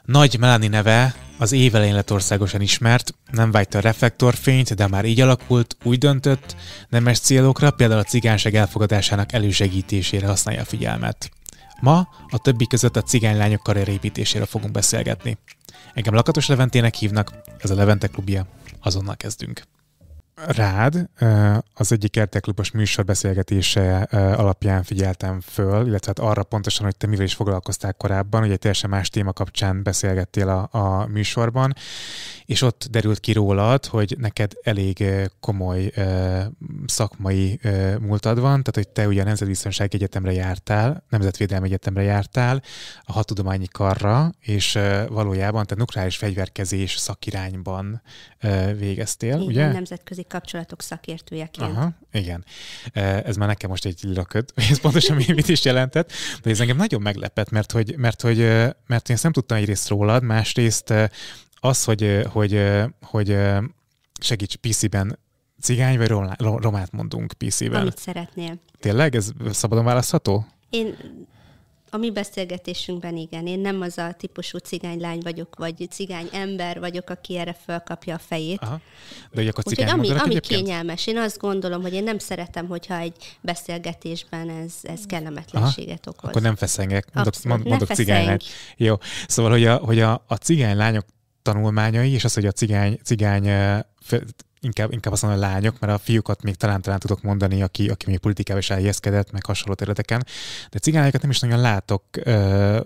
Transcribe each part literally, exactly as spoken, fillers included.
Nagy Melanie neve az év elején lett országosan ismert, nem vágyta a reflektorfényt, de már így alakult, úgy döntött, nemes célokra, például a cigányság elfogadásának elősegítésére használja a figyelmet. Ma a többi között a cigánylányok karrierépítéséről fogunk beszélgetni. Engem Lakatos Leventének hívnak, ez a Levente Klubja, azonnal kezdünk. Rád az egyik er té Klubos műsor beszélgetése alapján figyeltem föl, illetve hát arra pontosan, hogy te mivel is foglalkoztál korábban, hogy egy teljesen más téma kapcsán beszélgettél a, a műsorban, és ott derült ki rólad, hogy neked elég komoly szakmai múltad van, tehát hogy te ugye a Nemzetbiztonsági Egyetemre jártál, Nemzetvédelmi Egyetemre jártál, a hadtudományi karra, és valójában te nukleáris fegyverkezés szakirányban végeztél, igen, ugye? Nemzetközi kapcsolatok szakértőjeként. Aha, igen. Ez már nekem most egy lilaköd, ez pontosan mit is jelentett, de ez engem nagyon meglepett, mert hogy, mert hogy, mert én ezt nem tudtam egyrészt rólad, másrészt az, hogy, hogy, hogy segíts pé cében cigány vagy romát mondunk pé cével. Amit szeretnél. Tényleg? Ez szabadon választható? Én a mi beszélgetésünkben igen. Én nem az a típusú cigánylány vagyok, vagy cigány ember vagyok, aki erre fölkapja a fejét. Aha. De hogy akkor cigány ami, ami egyébként? kényelmes. Én azt gondolom, hogy én nem szeretem, hogyha egy beszélgetésben ez, ez kellemetlenséget okoz. Akkor nem feszengek, mondok, Abszolút, mondok cigánylány. Jó, szóval, hogy a, hogy a, a cigánylányok tanulmányai, és az, hogy a cigány, cigány inkább, inkább azt mondom, a lányok, mert a fiúkat még talán-talán tudok mondani, aki, aki még politikába is elhelyezkedett, meg hasonló területeken, de cigányokat nem is nagyon látok ö,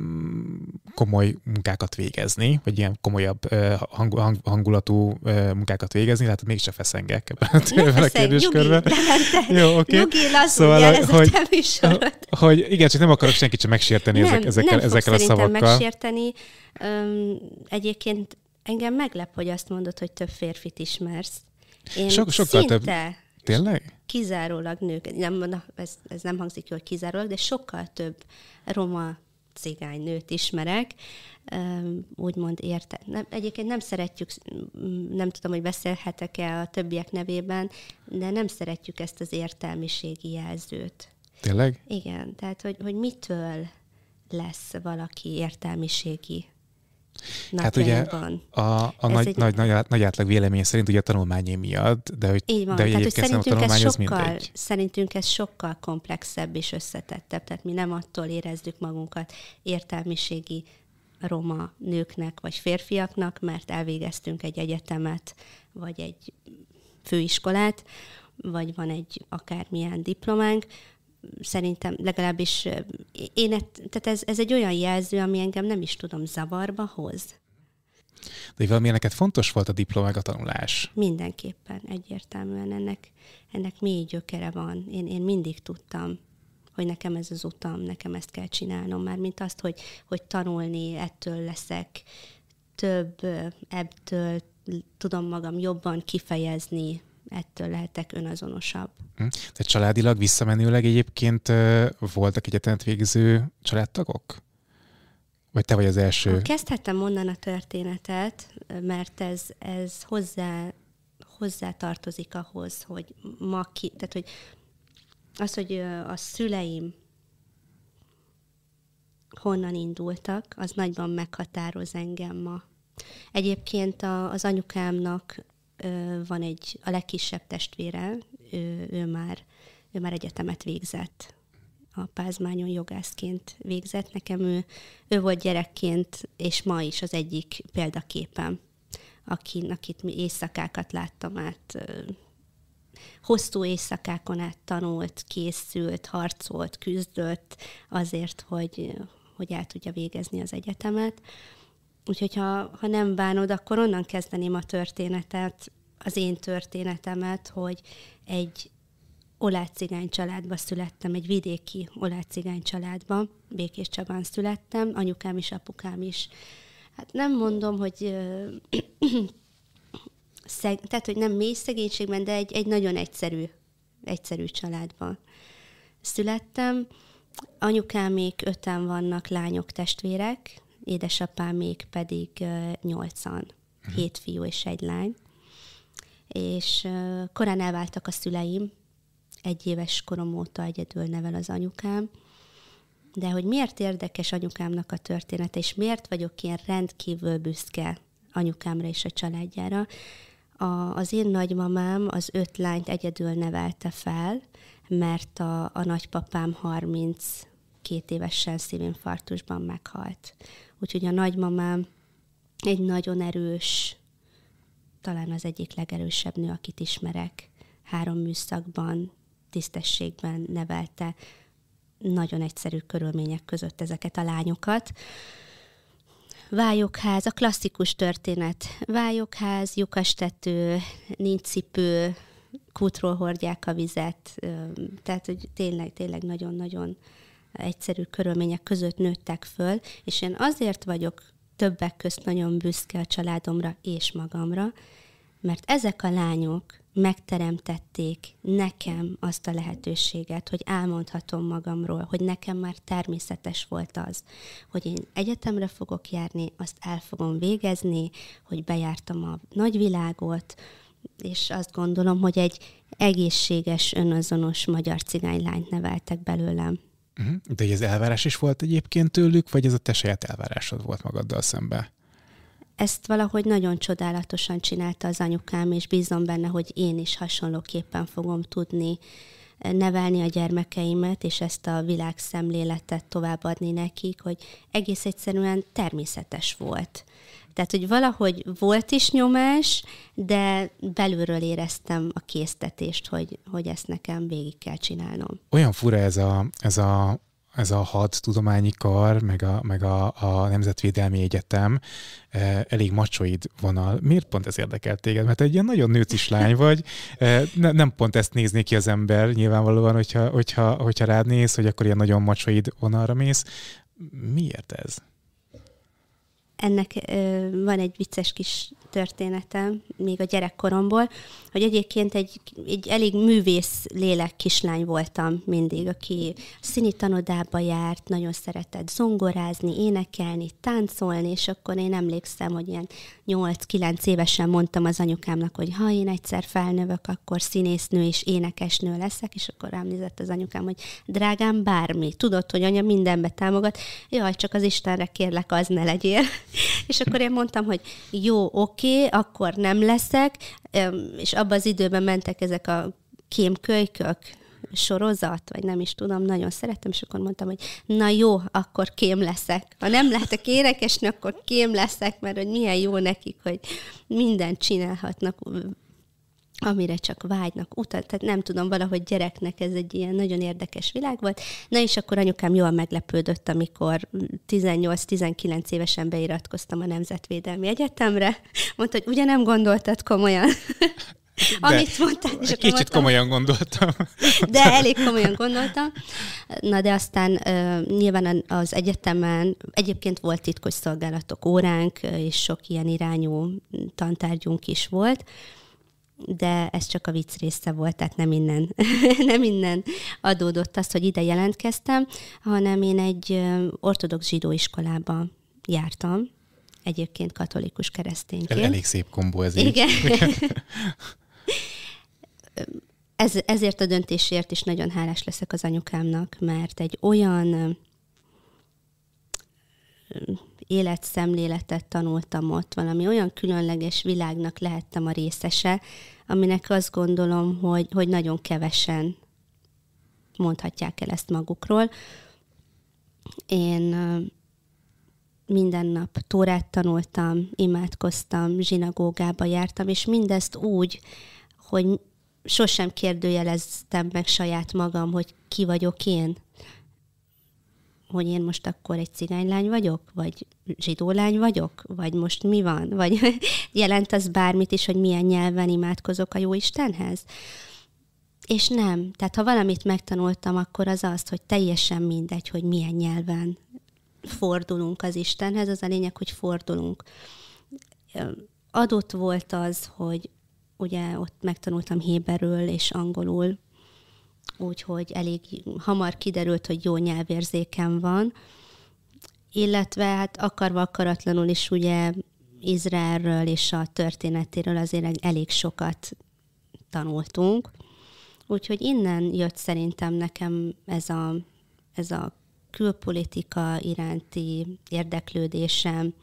komoly munkákat végezni, vagy ilyen komolyabb ö, hang, hang, hangulatú ö, munkákat végezni, hát mégsem feszengek ebben a kérdéskörben. Jó, oké. Nyugi, lazulj, szóval, el, ez hogy, a te műsorod. Hogy igen, csak nem akarok senkit sem megsérteni nem, ezek, ezekkel, nem ezekkel a szavakkal. Nem megsérteni. Um, egyébként engem meglep, hogy azt mondod, hogy több férfit ismersz. Én Sok, sokkal szinte több. Tényleg? Kizárólag nők, nem, na, ez, ez nem hangzik ki, hogy kizárólag, de sokkal több roma cigány nőt ismerek, úgymond érte. Nem, egyébként nem szeretjük, nem tudom, hogy beszélhetek-e a többiek nevében, de nem szeretjük ezt az értelmiségi jelzőt. Tényleg? Igen, tehát hogy, hogy mitől lesz valaki értelmiségi hát ugye a, a nagy, egy... nagy, nagy, nagy átlag vélemény szerint ugye a tanulmányé miatt, de hogy, így van. De tehát, hogy szerintünk, ez sokkal, mindegy. szerintünk ez sokkal komplexebb és összetettebb, tehát mi nem attól érezzük magunkat értelmiségi roma nőknek vagy férfiaknak, mert elvégeztünk egy egyetemet, vagy egy főiskolát, vagy van egy akármilyen diplománk. Szerintem legalábbis én, tehát ez, ez egy olyan jelző, ami engem nem is tudom zavarba hoz. De valami neked fontos volt a diploma meg a tanulás? Mindenképpen, egyértelműen ennek, ennek mély gyökere van. Én, én mindig tudtam, hogy nekem ez az utam, nekem ezt kell csinálnom, már mint azt, hogy, hogy tanulni, ettől leszek több, ebből tudom magam jobban kifejezni, ettől lehetek önazonosabb. De családilag visszamenőleg egyébként voltak egyetemet végző családtagok? Vagy te vagy az első? Kezdhettem onnan a történetet, mert ez, ez hozzá, hozzá tartozik ahhoz, hogy ma ki, tehát hogy az, hogy a szüleim honnan indultak, az nagyban meghatároz engem ma. Egyébként a, az anyukámnak van egy, a legkisebb testvére, ő, ő, már, ő már egyetemet végzett. A Pázmányon jogászként végzett. Nekem ő, ő volt gyerekként, és ma is az egyik példaképem, akin, akit mi éjszakákat láttam át, hosszú éjszakákon át tanult, készült, harcolt, küzdött azért, hogy, hogy el tudja végezni az egyetemet. Úgyhogy ha, ha nem bánod, akkor onnan kezdeném a történetet, az én történetemet, hogy egy oláh-cigány családba születtem, egy vidéki oláh-cigány családba, Békés Csabán születtem, anyukám is, apukám is. Hát nem mondom, hogy, szeg, tehát, hogy nem mély szegénységben, de egy, egy nagyon egyszerű, egyszerű családban születtem. Anyukámék öten vannak, lányok, testvérek, édesapámék pedig nyolcan, uh, hét fiú és egy lány. És uh, korán elváltak a szüleim, egy éves korom óta egyedül nevel az anyukám. De hogy miért érdekes anyukámnak a története, és miért vagyok ilyen rendkívül büszke anyukámra és a családjára, a, az én nagymamám az öt lányt egyedül nevelte fel, mert a, a nagypapám harminckét évesen szívinfarktusban meghalt. Úgyhogy a nagymamám egy nagyon erős, talán az egyik legerősebb nő, akit ismerek. Három műszakban, tisztességben nevelte nagyon egyszerű körülmények között ezeket a lányokat. Vályogház, a klasszikus történet. Vályogház, lyukastető, nincs cipő, kútról hordják a vizet. Tehát, hogy tényleg, tényleg nagyon-nagyon egyszerű körülmények között nőttek föl, és én azért vagyok többek közt nagyon büszke a családomra és magamra, mert ezek a lányok megteremtették nekem azt a lehetőséget, hogy elmondhatom magamról, hogy nekem már természetes volt az, hogy én egyetemre fogok járni, azt el fogom végezni, hogy bejártam a nagyvilágot, és azt gondolom, hogy egy egészséges, önazonos magyar cigánylányt neveltek belőlem. De ez elvárás is volt egyébként tőlük, vagy ez a te saját elvárásod volt magaddal szemben? Ezt valahogy nagyon csodálatosan csinálta az anyukám, és bízom benne, hogy én is hasonlóképpen fogom tudni nevelni a gyermekeimet, és ezt a világszemléletet továbbadni nekik, hogy egész egyszerűen természetes volt. Tehát, hogy valahogy volt is nyomás, de belülről éreztem a késztetést, hogy, hogy ezt nekem végig kell csinálnom. Olyan fura ez a, ez a, ez a hadtudományi kar, meg a, meg a, a Nemzetvédelmi Egyetem, elég macsoid vonal. Miért pont ez érdekel téged? Mert egy ilyen nagyon nőcis lány vagy, ne, nem pont ezt nézné ki az ember nyilvánvalóan, hogyha, hogyha, hogyha rád néz, hogy akkor ilyen nagyon macsoid vonalra mész. Miért ez? Ennek ö, van egy vicces kis történetem, még a gyerekkoromból, hogy egyébként egy, egy elég művész lélek kislány voltam mindig, aki színitanodába járt, nagyon szeretett zongorázni, énekelni, táncolni, és akkor én emlékszem, hogy ilyen nyolc-kilenc évesen mondtam az anyukámnak, hogy ha én egyszer felnövök, akkor színésznő és énekesnő leszek, és akkor rám nézett az anyukám, hogy drágám, bármi. Tudod, hogy anya mindenbe támogat, jaj, csak az Istenre kérlek, az ne legyél. És akkor én mondtam, hogy jó, oké, akkor nem leszek, és abban az időben mentek ezek a kémkölykök, sorozat, vagy nem is tudom, nagyon szerettem, és akkor mondtam, hogy na jó, akkor kém leszek. Ha nem lehetek énekesnő, akkor kém leszek, mert hogy milyen jó nekik, hogy mindent csinálhatnak, amire csak vágynak, utat, tehát nem tudom, valahogy gyereknek ez egy ilyen nagyon érdekes világ volt. Na és akkor anyukám jól meglepődött, amikor tizennyolc-tizenkilenc évesen beiratkoztam a Nemzetvédelmi Egyetemre. Mondta, hogy ugye nem gondoltad komolyan, amit mondtál. És kicsit mondtam, komolyan gondoltam. De elég komolyan gondoltam. Na de aztán uh, nyilván az egyetemen egyébként volt titkos szolgálatok óránk, és sok ilyen irányú tantárgyunk is volt, de ez csak a vicc része volt, tehát nem innen, nem innen adódott az, hogy ide jelentkeztem, hanem én egy ortodox zsidó iskolába jártam, egyébként katolikus keresztényként. Elég szép kombó ez. Igen. ez, ezért a döntésért is nagyon hálás leszek az anyukámnak, mert egy olyan életszemléletet tanultam ott, valami olyan különleges világnak lehettem a részese, aminek azt gondolom, hogy, hogy nagyon kevesen mondhatják el ezt magukról. Én minden nap tórát tanultam, imádkoztam, zsinagógába jártam, és mindezt úgy, hogy sosem kérdőjeleztem meg saját magam, hogy ki vagyok én. Hogy én most akkor egy cigánylány vagyok, vagy zsidólány vagyok, vagy most mi van, vagy jelent az bármit is, hogy milyen nyelven imádkozok a Jóistenhez. És nem. Tehát ha valamit megtanultam, akkor az az, hogy teljesen mindegy, hogy milyen nyelven fordulunk az Istenhez, az a lényeg, hogy fordulunk. Adott volt az, hogy ugye ott megtanultam héberül és angolul, úgyhogy elég hamar kiderült, hogy jó nyelvérzékem van, illetve hát akarva akaratlanul is ugye Izraelről és a történetéről azért elég sokat tanultunk, úgyhogy innen jött szerintem nekem ez a, ez a külpolitika iránti érdeklődésem,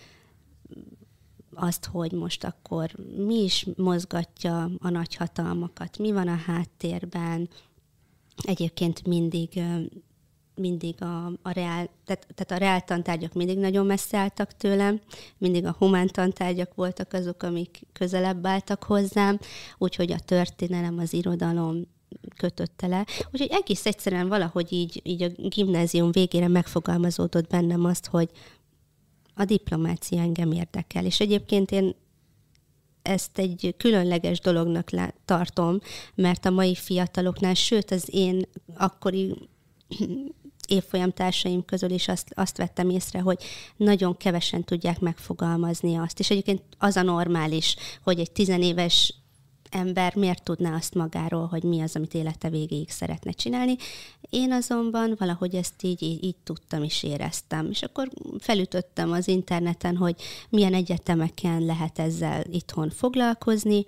azt, hogy most akkor mi is mozgatja a nagyhatalmakat, mi van a háttérben. Egyébként mindig, mindig a, a reál, tehát, tehát a reál tantárgyak mindig nagyon messze álltak tőlem, mindig a humán tantárgyak voltak azok, amik közelebb álltak hozzám, úgyhogy a történelem, az irodalom kötötte le. Úgyhogy egész egyszerűen valahogy így, így a gimnázium végére megfogalmazódott bennem azt, hogy a diplomácia engem érdekel. És egyébként én ezt egy különleges dolognak tartom, mert a mai fiataloknál, sőt az én akkori évfolyamtársaim közül is azt, azt vettem észre, hogy nagyon kevesen tudják megfogalmazni azt. És egyébként az a normális, hogy egy tizenéves ember miért tudná azt magáról, hogy mi az, amit élete végéig szeretne csinálni. Én azonban valahogy ezt így, így, így tudtam és éreztem. És akkor felütöttem az interneten, hogy milyen egyetemeken lehet ezzel itthon foglalkozni.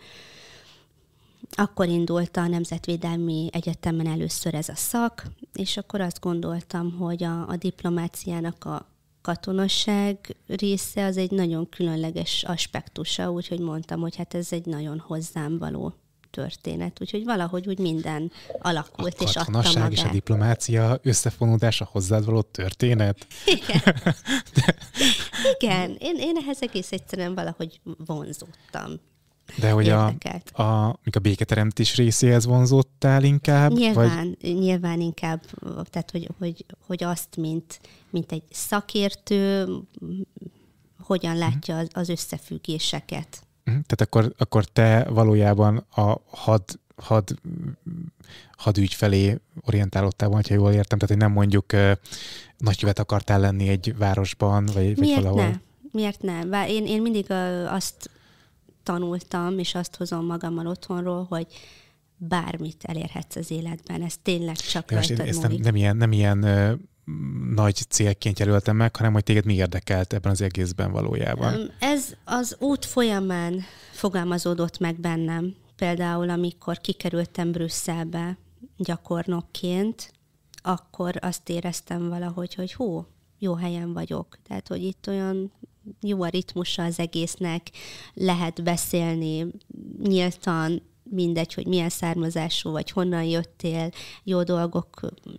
Akkor indult a Nemzetvédelmi Egyetemen először ez a szak, és akkor azt gondoltam, hogy a, a diplomáciának a katonasság része az egy nagyon különleges aspektusa, úgyhogy mondtam, hogy hát ez egy nagyon hozzám való történet. Úgyhogy valahogy úgy minden alakult és adta magát. A katonasság és a diplomácia összefonódása hozzád való történet? Igen. De... Igen. Én, én ehhez egész egyszerűen valahogy vonzódtam. De hogy a, a, a béketeremtés részéhez vonzódtál inkább? Nyilván, vagy? nyilván inkább, tehát hogy, hogy, hogy azt, mint, mint egy szakértő, hogyan látja az, az összefüggéseket. Tehát akkor, akkor te valójában a had, had, hadügy felé orientálódtál volna, ha jól értem, tehát hogy nem mondjuk uh, nagykövet akartál lenni egy városban, vagy, vagy valahol? Ne? Miért ne? Én, én mindig uh, azt tanultam, és azt hozom magammal otthonról, hogy bármit elérhetsz az életben. Ez tényleg csak ja, rajtad múlik. Nem, nem ilyen, nem ilyen uh, nagy célként jelöltem meg, hanem hogy téged mi érdekelt ebben az egészben valójában. Ez az út folyamán fogalmazódott meg bennem. Például, amikor kikerültem Brüsszelbe gyakornokként, akkor azt éreztem valahogy, hogy hú, jó helyen vagyok. Tehát, hogy itt olyan jó a ritmusa az egésznek, lehet beszélni nyíltan, mindegy, hogy milyen származású, vagy honnan jöttél, jó dolgok,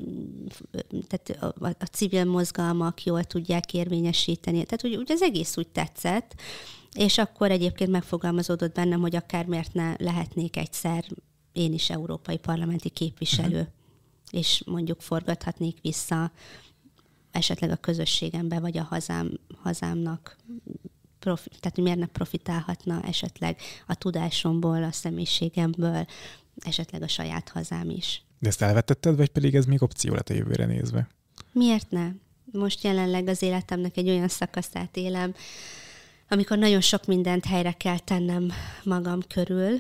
tehát a, a civil mozgalmak jól tudják érvényesíteni. Tehát úgy, úgy az egész úgy tetszett, és akkor egyébként megfogalmazódott bennem, hogy akár miért ne lehetnék egyszer én is európai parlamenti képviselő, uh-huh. és mondjuk forgathatnék vissza esetleg a közösségembe, vagy a hazám, hazámnak, profi, tehát miért ne profitálhatna esetleg a tudásomból, a személyiségemből, esetleg a saját hazám is. De ezt elvetetted, vagy pedig ez még opció lett a jövőre nézve? Miért ne? Most jelenleg az életemnek egy olyan szakaszát élem, amikor nagyon sok mindent helyre kell tennem magam körül.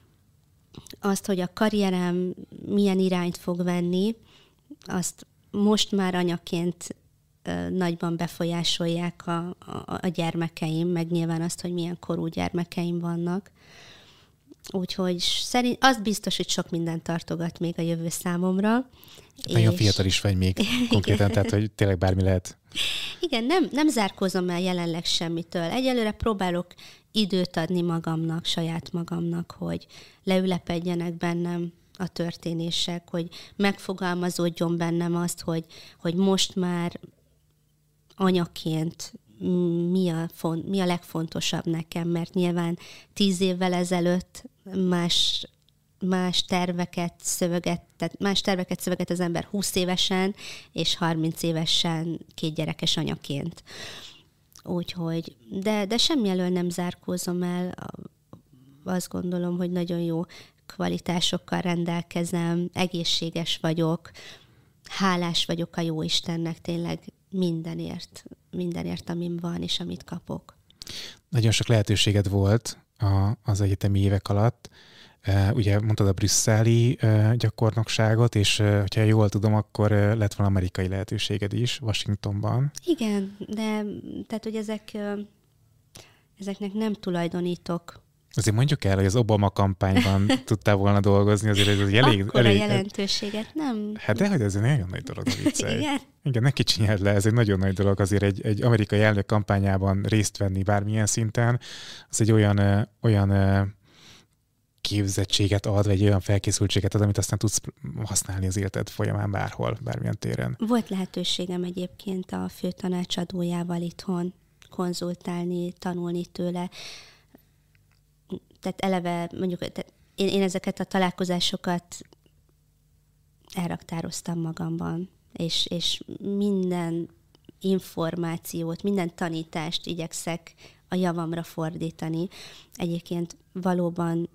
Azt, hogy a karrierem milyen irányt fog venni, azt most már anyaként nagyban befolyásolják a, a, a gyermekeim, meg nyilván azt, hogy milyen korú gyermekeim vannak. Úgyhogy szerint, az biztos, hogy sok mindent tartogat még a jövő számomra. Nagyon és... fiatal is vagy még konkrétan, tehát hogy tényleg bármi lehet. Igen, nem, nem zárkózom el jelenleg semmitől. Egyelőre próbálok időt adni magamnak, saját magamnak, hogy leülepedjenek bennem a történések, hogy megfogalmazódjon bennem azt, hogy, hogy most már anyaként mi a, font, mi a legfontosabb nekem, mert nyilván tíz évvel ezelőtt más, más terveket szöveget, tehát más terveket szöveget az ember húsz évesen, és harminc évesen két gyerekes anyaként. Úgyhogy, de, de semmi elől nem zárkózom el, azt gondolom, hogy nagyon jó kvalitásokkal rendelkezem, egészséges vagyok, hálás vagyok a Jóistennek tényleg mindenért, mindenért, amin van és amit kapok. Nagyon sok lehetőséged volt a, az egyetemi évek alatt. Ugye mondtad a brüsszeli gyakornokságot, és hogyha jól tudom, akkor lett volna amerikai lehetőséged is Washingtonban. Igen, de tehát, hogy ezek, ezeknek nem tulajdonítok Azért mondjuk el, hogy az Obama kampányban tudtál volna dolgozni, azért ez elég... Akkora elég, jelentőséget nem... Hát de, hogy ez egy nagyon nagy dolog, a viccelj. Igen? Igen, ne kicsinyeld le, ez egy nagyon nagy dolog azért egy, egy amerikai elnök kampányában részt venni bármilyen szinten. Az egy olyan, ö, olyan ö, képzettséget ad, vagy olyan felkészültséget ad, amit aztán tudsz használni az életed folyamán bárhol, bármilyen téren. Volt lehetőségem egyébként a főtanácsadójával itthon konzultálni, tanulni tőle. Tehát eleve mondjuk, tehát én, én ezeket a találkozásokat elraktároztam magamban, és, és minden információt, minden tanítást igyekszek a javamra fordítani. Egyébként valóban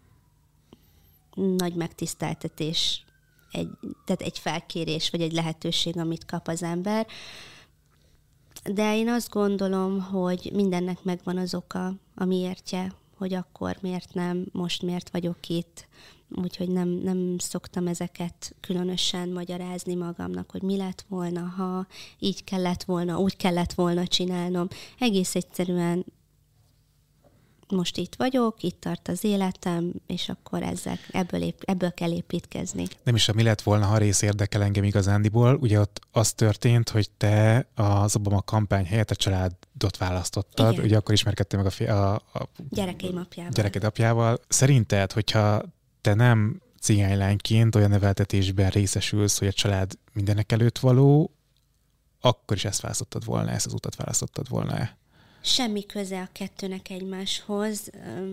nagy megtiszteltetés, egy, tehát egy felkérés, vagy egy lehetőség, amit kap az ember. De én azt gondolom, hogy mindennek megvan az oka, a miértje, hogy akkor miért nem, most miért vagyok itt. Úgyhogy nem, nem szoktam ezeket különösen magyarázni magamnak, hogy mi lett volna, ha így kellett volna, úgy kellett volna csinálnom. Egész egyszerűen most itt vagyok, itt tart az életem, és akkor ezzel, ebből, ép, ebből kell építkezni. Nem is a mi lett volna, ha rész érdekel engem igazándiból. Ugye ott az történt, hogy te az Obama kampány helyett a családot választottad. Igen. Ugye akkor ismerkedtél meg a, fi- a, a gyerekeim apjával. Gyereked apjával. Szerinted, hogyha te nem cigánylányként olyan neveltetésben részesülsz, hogy a család mindenek előtt való, akkor is ezt választottad volna, ezt az utat választottad volna-e? Semmi köze a kettőnek egymáshoz.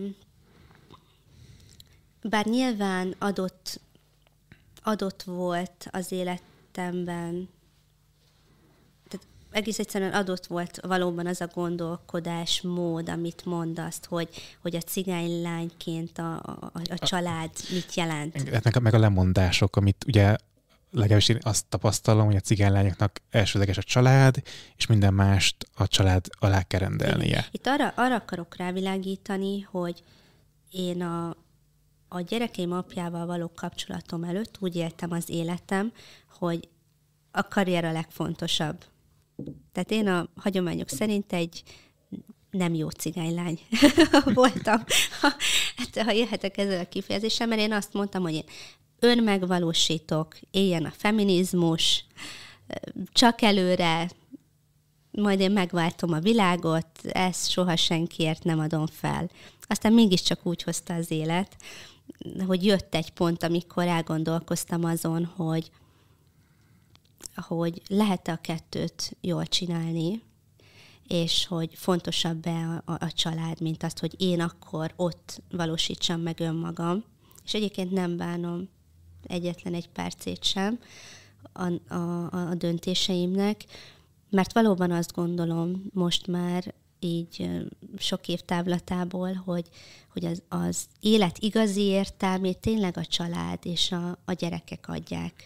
Bár nyilván adott, adott volt az életemben, tehát egész egyszerűen adott volt valóban az a gondolkodásmód, amit mondasz, hogy, hogy a cigánylányként a, a, a család mit jelent. Meg, meg a lemondások, amit ugye legalábbis én azt tapasztalom, hogy a cigánylányoknak elsődleges a család, és minden mást a család alá kell rendelnie. Itt arra, arra akarok rávilágítani, hogy én a, a gyerekeim apjával való kapcsolatom előtt úgy éltem az életem, hogy a karrier a legfontosabb. Tehát én a hagyományok szerint egy nem jó cigánylány voltam. Hát, ha élhetek ezzel a kifejezéssel, mert én azt mondtam, hogy én önmegvalósítok, éljen a feminizmus, csak előre, majd én megváltom a világot, ezt soha senkiért nem adom fel. Aztán mégiscsak úgy hozta az élet, hogy jött egy pont, amikor elgondolkoztam azon, hogy, hogy lehet-e a kettőt jól csinálni, és hogy fontosabb-e a, a, a család, mint azt, hogy én akkor ott valósítsam meg önmagam. És egyébként nem bánom egyetlen egy percét sem a, a, a döntéseimnek, mert valóban azt gondolom most már így sok év távlatából, hogy, hogy az, az élet igazi értelmét tényleg a család és a, a gyerekek adják.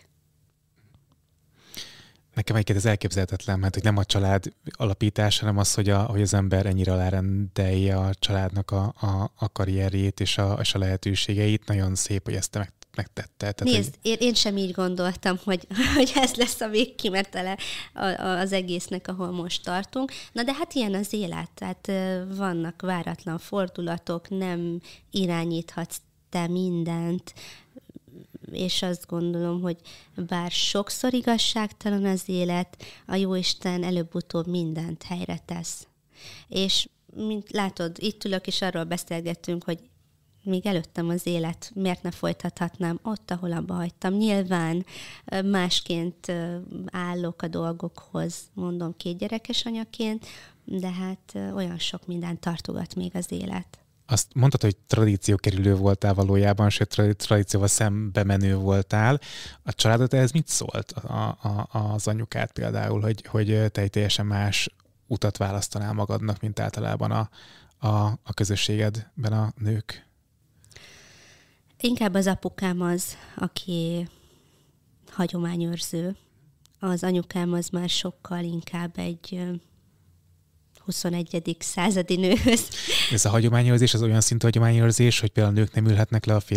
Nekem egyébként ez elképzelhetetlen, mert hogy nem a család alapítás, hanem az, hogy, a, hogy az ember ennyire alárendelje a családnak a, a, a karrierjét és a, és a lehetőségeit. Nagyon szép, hogy ezt te meg, megtette. Tehát, Nézd, hogy... én, én sem így gondoltam, hogy, hogy ez lesz a végkimetele az egésznek, ahol most tartunk. Na de hát ilyen az élet, tehát vannak váratlan fordulatok, nem irányíthatsz te mindent, és azt gondolom, hogy bár sokszor igazságtalan az élet, a Jóisten előbb-utóbb mindent helyre tesz. És mint látod, itt ülök, és arról beszélgettünk, hogy még előttem az élet, miért ne folytathatnám ott, ahol abba hagytam. Nyilván másként állok a dolgokhoz, mondom, két gyerekes anyaként, de hát olyan sok mindent tartogat még az élet. Azt mondtad, hogy tradíciókerülő voltál valójában, sőt, tradícióval szembe menő voltál. A családod ehhez mit szólt? A, a, az anyukád például, hogy, hogy te egy teljesen más utat választanál magadnak, mint általában a, a, a közösségedben a nők? Inkább az apukám az, aki hagyományőrző. Az anyukám az már sokkal inkább egy huszonegyedik századi nőhöz. Ez a hagyományőrzés az olyan szintű hagyományőrzés, hogy például a nők nem ülhetnek le a férfiak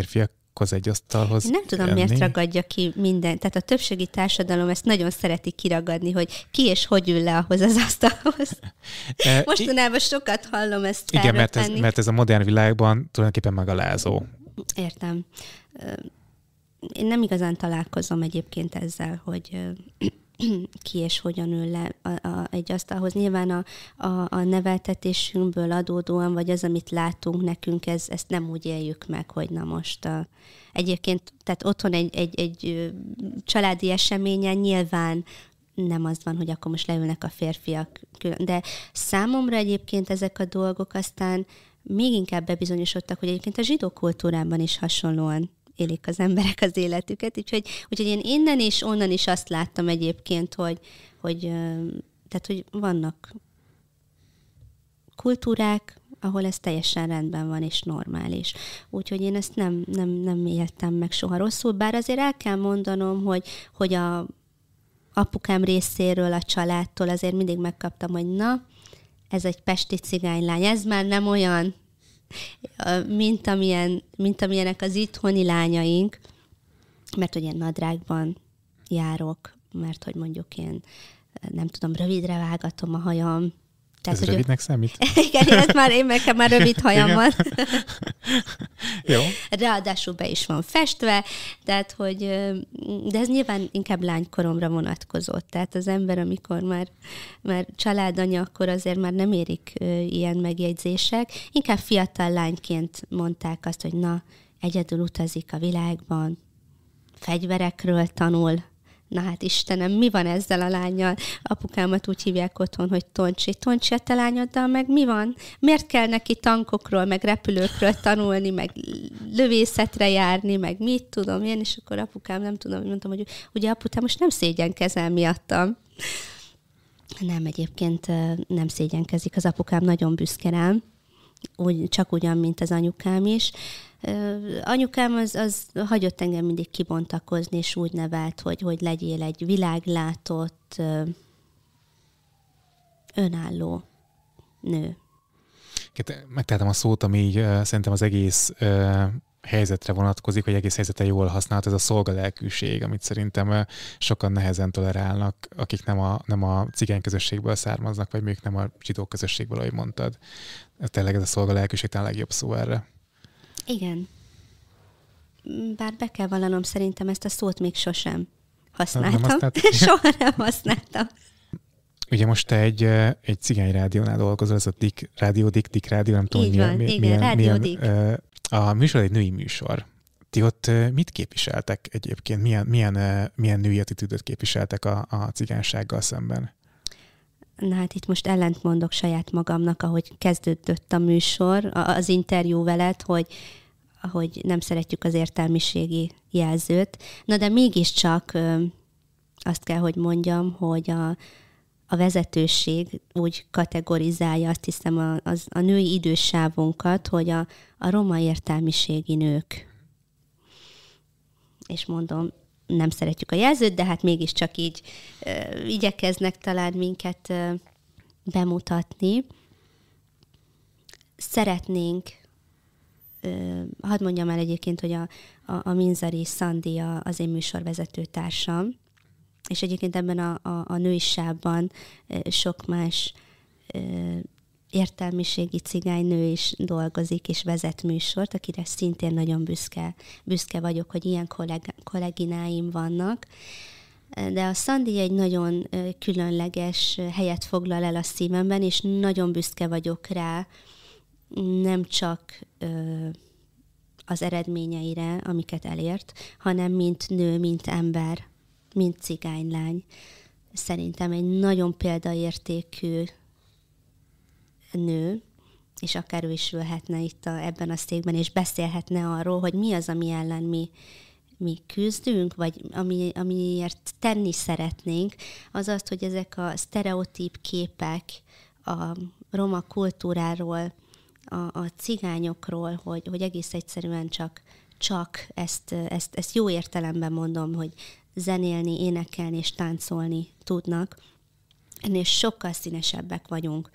találkoz egy asztalhoz. Én nem tudom, enni. miért ragadja ki minden. Tehát a többségi társadalom ezt nagyon szereti kiragadni, hogy ki és hogy ül le ahhoz az asztalhoz. Mostanában sokat hallom ezt Igen, mert ez, mert ez a modern világban tulajdonképpen megalázó. Értem. Én nem igazán találkozom egyébként ezzel, hogy ki és hogyan ül le a, a, egy asztalhoz. Nyilván a, a, a neveltetésünkből adódóan, vagy az, amit látunk nekünk, ez, ezt nem úgy éljük meg, hogy na most a, egyébként, tehát otthon egy, egy, egy családi eseményen nyilván nem az van, hogy akkor most leülnek a férfiak külön. De számomra egyébként ezek a dolgok aztán még inkább bebizonyosodtak, hogy egyébként a zsidó kultúrában is hasonlóan élik az emberek az életüket. Úgyhogy, úgyhogy én innen és onnan is azt láttam egyébként, hogy, hogy, tehát, hogy vannak kultúrák, ahol ez teljesen rendben van és normális. Úgyhogy én ezt nem, nem, nem éltem meg soha rosszul, bár azért el kell mondanom, hogy, hogy a apukám részéről, a családtól azért mindig megkaptam, hogy na, ez egy pesti cigánylány, ez már nem olyan, mint, amilyen, mint amilyenek az itthoni lányaink, mert hogy én nadrágban járok, mert hogy mondjuk én nem tudom, rövidre vágatom a hajam. Tehát, ez rövidnek ő... számít? Igen, ez már, én nekem már rövid hajam van. Jó. Ráadásul be is van festve, tehát hogy, de ez nyilván inkább lánykoromra vonatkozott. Tehát az ember, amikor már, már családanya, akkor azért már nem érik ilyen megjegyzések. Inkább fiatal lányként mondták azt, hogy na, egyedül utazik a világban, fegyverekről tanul. Na hát Istenem, mi van ezzel a lánnyal? Apukámat úgy hívják otthon, hogy Toncsi. Toncsi, a te lányoddal meg mi van? Miért kell neki tankokról, meg repülőkről tanulni, meg lövészetre járni, meg mit tudom én? És akkor apukám, nem tudom, mondtam, hogy ugye apu, te most nem szégyenkezel miattam. Nem, egyébként nem szégyenkezik. Az apukám nagyon büszke rám, úgy, csak ugyan, mint az anyukám is. Uh, anyukám az, az hagyott engem mindig kibontakozni, és úgy nevelt, hogy, hogy legyél egy világlátott, uh, önálló nő. Megtaláltam a szót, ami így, uh, szerintem az egész uh, helyzetre vonatkozik, vagy egész helyzetre jól használt, ez a szolgalelkűség, amit szerintem uh, sokan nehezen tolerálnak, akik nem a, nem a cigány közösségből származnak, vagy még nem a zsidó közösségből, ahogy mondtad. Tényleg ez a szolgalelkűség talán a legjobb szó erre. Igen. Bár be kell vallanom, szerintem ezt a szót még sosem használtam. Nem Soha nem használtam. Ugye most te egy, egy cigány rádiónál dolgozol, ez a Dick Rádió, Dick, Dick Rádió, nem tudom, Így milyen, van, milyen, igen, Rádió milyen, uh, a műsor egy női műsor. Ti ott uh, mit képviseltek egyébként? Milyen, milyen, uh, milyen női attitűdöt képviseltek a, a cigánysággal szemben? Na hát itt most ellent mondok saját magamnak, ahogy kezdődött a műsor, az interjú veled, hogy, hogy nem szeretjük az értelmiségi jelzőt. Na de mégiscsak azt kell, hogy mondjam, hogy a, a vezetőség úgy kategorizálja, azt hiszem, a, az, a női idősávunkat, hogy a, a roma értelmiségi nők. És mondom, nem szeretjük a jelzőt, de hát mégiscsak így uh, igyekeznek talán minket uh, bemutatni. Szeretnénk, uh, hadd mondjam el egyébként, hogy a, a, a Minzari Szandi a, az én műsorvezető társam, és egyébként ebben a, a, a női sávban uh, sok más uh, értelmiségi cigánynő is dolgozik, és vezet műsort, akire szintén nagyon büszke, büszke vagyok, hogy ilyen kolleg, kollegináim vannak. De a Szandi egy nagyon különleges helyet foglal el a szívemben, és nagyon büszke vagyok rá, nem csak az eredményeire, amiket elért, hanem mint nő, mint ember, mint cigánylány. Szerintem egy nagyon példaértékű nő, és akár ő is ülhetne itt a, ebben a székben, és beszélhetne arról, hogy mi az, ami ellen mi, mi küzdünk, vagy ami, amiért tenni szeretnénk, az az, hogy ezek a sztereotíp képek a roma kultúráról, a, a cigányokról, hogy, hogy egész egyszerűen csak, csak ezt, ezt, ezt jó értelemben mondom, hogy zenélni, énekelni és táncolni tudnak, ennél sokkal színesebbek vagyunk.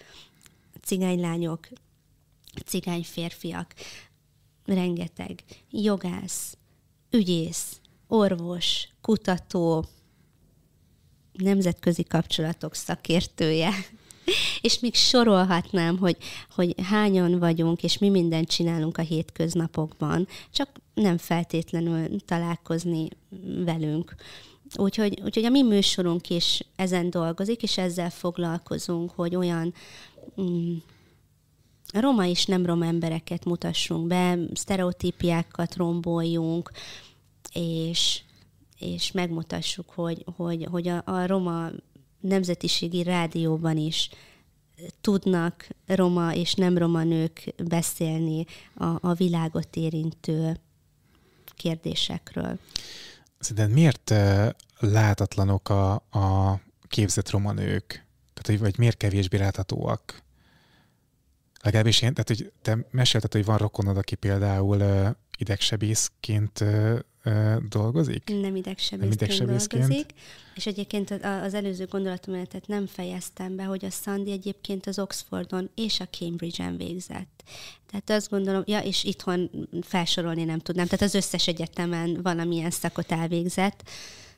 Cigánylányok, cigány férfiak, rengeteg jogász, ügyész, orvos, kutató, nemzetközi kapcsolatok szakértője, és még sorolhatnám, hogy, hogy hányan vagyunk, és mi mindent csinálunk a hétköznapokban, csak nem feltétlenül találkozni velünk. Úgyhogy, úgyhogy a mi műsorunk is ezen dolgozik, és ezzel foglalkozunk, hogy olyan mm, roma és nem roma embereket mutassunk be, sztereotípiákat romboljunk, és, és megmutassuk, hogy, hogy, hogy a, a roma nemzetiségi rádióban is tudnak roma és nem roma nők beszélni a, a világot érintő kérdésekről. Szerinted miért látatlanok a, a képzett roma nők? Tehát, vagy miért kevésbé láthatóak? Legalábbis én, tehát, hogy te mesélted, hogy van rokonod, aki például uh, idegsebészként uh, uh, dolgozik? Nem idegsebészként, idegsebészként dolgozik. És egyébként az előző gondolatomenetet nem fejeztem be, hogy a Szandi egyébként az Oxfordon és a Cambridge-en végzett. Tehát azt gondolom, ja, és itthon felsorolni nem tudnám, tehát az összes egyetemen valamilyen szakot elvégzett.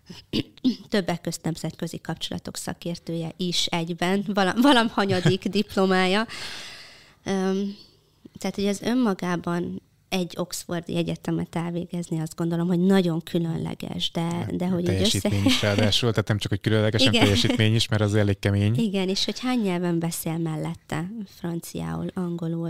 Többek közt nemzetközi kapcsolatok szakértője is egyben, valam, valam hanyadik diplomája. Um, tehát, hogy ez önmagában egy oxfordi egyetemet elvégezni, azt gondolom, hogy nagyon különleges, de, de hogy teljesítmény össze... is ráadásul, tehát nem csak, hogy különleges, hanem teljesítmény is, mert az elég kemény. Igen, és hogy hány nyelven beszél mellette, franciául, angolul,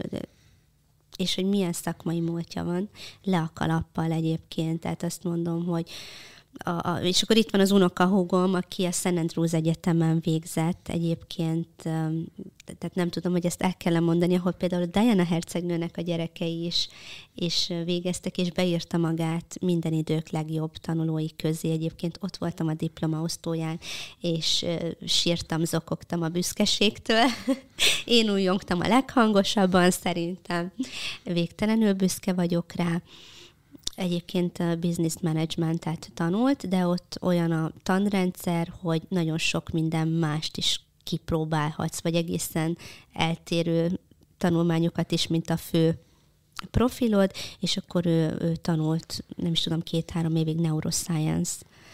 és hogy milyen szakmai múltja van, le a kalappal egyébként, tehát azt mondom, hogy A, a, és akkor itt van az unokahúgom, aki a Saint Andrews Egyetemen végzett egyébként, tehát nem tudom, hogy ezt el kell mondani, ahol például Diana hercegnőnek a gyerekei is, is végeztek, és beírta magát minden idők legjobb tanulói közé. Egyébként ott voltam a diplomaosztóján, és sírtam, zokogtam a büszkeségtől. Én újjongtam a leghangosabban szerintem. Végtelenül büszke vagyok rá. Egyébként a business managementet tanult, de ott olyan a tanrendszer, hogy nagyon sok minden mást is kipróbálhatsz, vagy egészen eltérő tanulmányokat is, mint a fő profilod, és akkor ő, ő tanult, nem is tudom, két-három évig neuroscience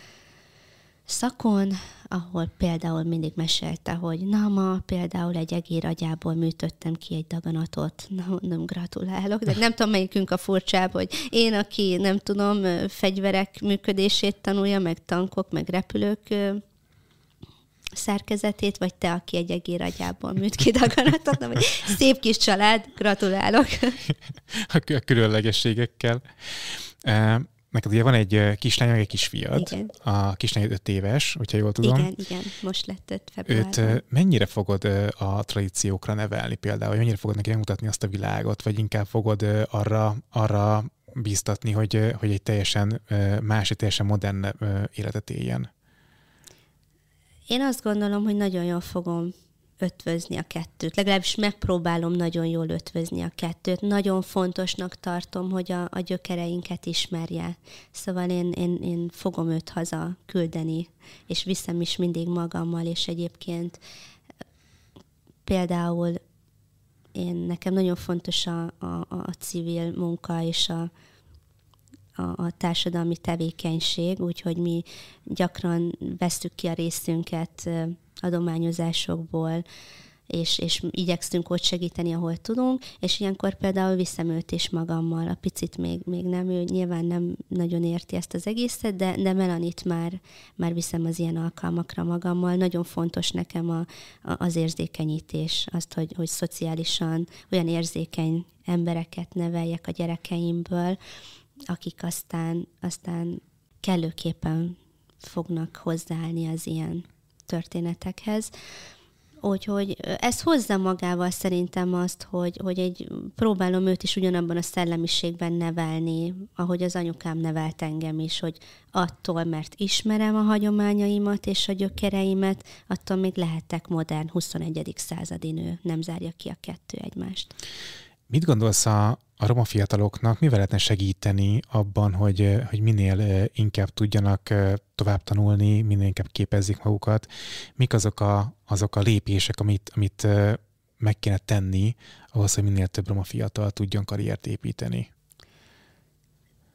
szakon, ahol például mindig mesélte, hogy na ma például egy egér agyából műtöttem ki egy daganatot. Na, nem gratulálok, de nem tudom, melyikünk a furcsább, hogy én, aki nem tudom, fegyverek működését tanulja, meg tankok, meg repülők szerkezetét, vagy te, aki egy egér agyából műt ki daganatot. Na, vagy szép kis család, gratulálok. A különlegességekkel. Neked ugye van egy kislány, meg egy kisfiad. Igen. A kislány öt éves, hogyha jól tudom. Igen, igen, most lett öt februárban. Őt mennyire fogod a tradíciókra nevelni például? Vagy mennyire fogod neki megmutatni azt a világot? Vagy inkább fogod arra, arra bíztatni, hogy, hogy egy teljesen más, egy teljesen modern életet éljen? Én azt gondolom, hogy nagyon jól fogom ötvözni a kettőt. Legalábbis megpróbálom nagyon jól ötvözni a kettőt. Nagyon fontosnak tartom, hogy a, a gyökereinket ismerje. Szóval én, én, én fogom őt haza küldeni, és viszem is mindig magammal, és egyébként például én, nekem nagyon fontos a, a, a civil munka és a, a, a társadalmi tevékenység, úgyhogy mi gyakran vesszük ki a részünket adományozásokból, és, és igyekszünk ott segíteni, ahol tudunk, és ilyenkor például viszem őt is magammal. A picit még, még nem, ő nyilván nem nagyon érti ezt az egészet, de, de Melanit már, már viszem az ilyen alkalmakra magammal. Nagyon fontos nekem a, a, az érzékenyítés, azt, hogy, hogy szociálisan olyan érzékeny embereket neveljek a gyerekeimből, akik aztán, aztán kellőképpen fognak hozzáállni az ilyen történetekhez. Úgyhogy ez hozza magával szerintem azt, hogy, hogy egy, próbálom őt is ugyanabban a szellemiségben nevelni, ahogy az anyukám nevelt engem is, hogy attól, mert ismerem a hagyományaimat és a gyökereimet, attól még lehetek modern huszonegyedik századi nő. Nem zárja ki a kettő egymást. Mit gondolsz a, a roma fiataloknak, mivel lehetne segíteni abban, hogy, hogy minél inkább tudjanak tovább tanulni, minél inkább képezzék magukat? Mik azok a, azok a lépések, amit, amit meg kéne tenni ahhoz, hogy minél több roma fiatal tudjon karriert építeni?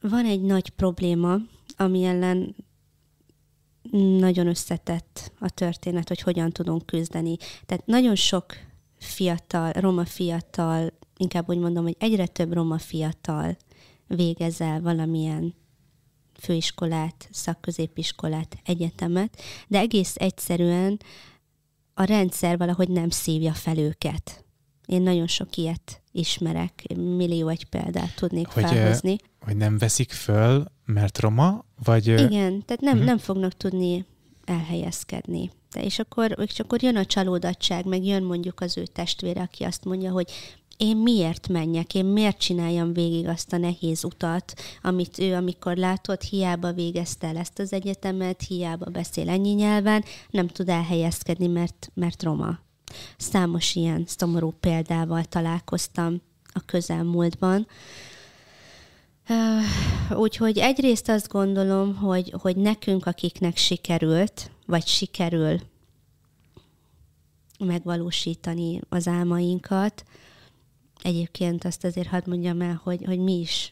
Van egy nagy probléma, ami ellen nagyon összetett a történet, hogy hogyan tudunk küzdeni. Tehát nagyon sok fiatal, roma fiatal, inkább úgy mondom, hogy egyre több roma fiatal végez el valamilyen főiskolát, szakközépiskolát, egyetemet, de egész egyszerűen a rendszer valahogy nem szívja fel őket. Én nagyon sok ilyet ismerek, millió egy példát tudnék hogy, felhozni. Hogy nem veszik föl, mert roma, vagy... Igen, tehát nem, uh-huh. nem fognak tudni elhelyezkedni. De és akkor, és akkor jön a csalódottság, meg jön mondjuk az ő testvére, aki azt mondja, hogy én miért menjek, én miért csináljam végig azt a nehéz utat, amit ő, amikor látott, hiába végezte el ezt az egyetemet, hiába beszél ennyi nyelven, nem tud elhelyezkedni, mert, mert roma. Számos ilyen szomorú példával találkoztam a közelmúltban. Úgyhogy egyrészt azt gondolom, hogy, hogy nekünk, akiknek sikerült, vagy sikerül megvalósítani az álmainkat, egyébként azt azért hadd mondjam el, hogy, hogy mi is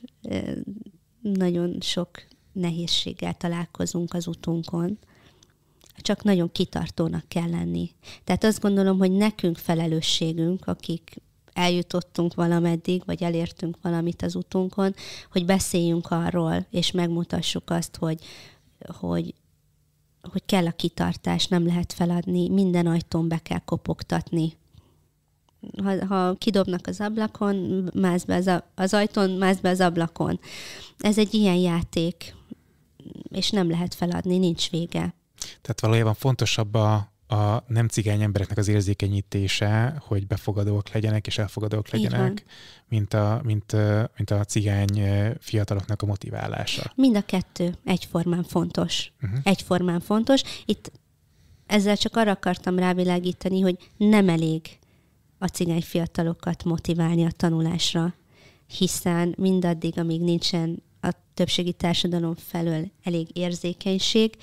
nagyon sok nehézséggel találkozunk az utunkon, csak nagyon kitartónak kell lenni. Tehát azt gondolom, hogy nekünk felelősségünk, akik eljutottunk valameddig, vagy elértünk valamit az utunkon, hogy beszéljünk arról, és megmutassuk azt, hogy, hogy, hogy kell a kitartás, nem lehet feladni, minden ajtón be kell kopogtatni. Ha, ha kidobnak az ablakon, mász be az, a, az ajtón, mász be az ablakon. Ez egy ilyen játék, és nem lehet feladni, nincs vége. Tehát valójában fontosabb a, a nem cigány embereknek az érzékenyítése, hogy befogadóak legyenek és elfogadóak legyenek, mint a, mint, mint a cigány fiataloknak a motiválása. Mind a kettő egyformán fontos. Uh-huh. Egyformán fontos. Itt ezzel csak arra akartam rávilágítani, hogy nem elég a cigány fiatalokat motiválni a tanulásra, hiszen mindaddig, amíg nincsen a többségi társadalom felől elég érzékenység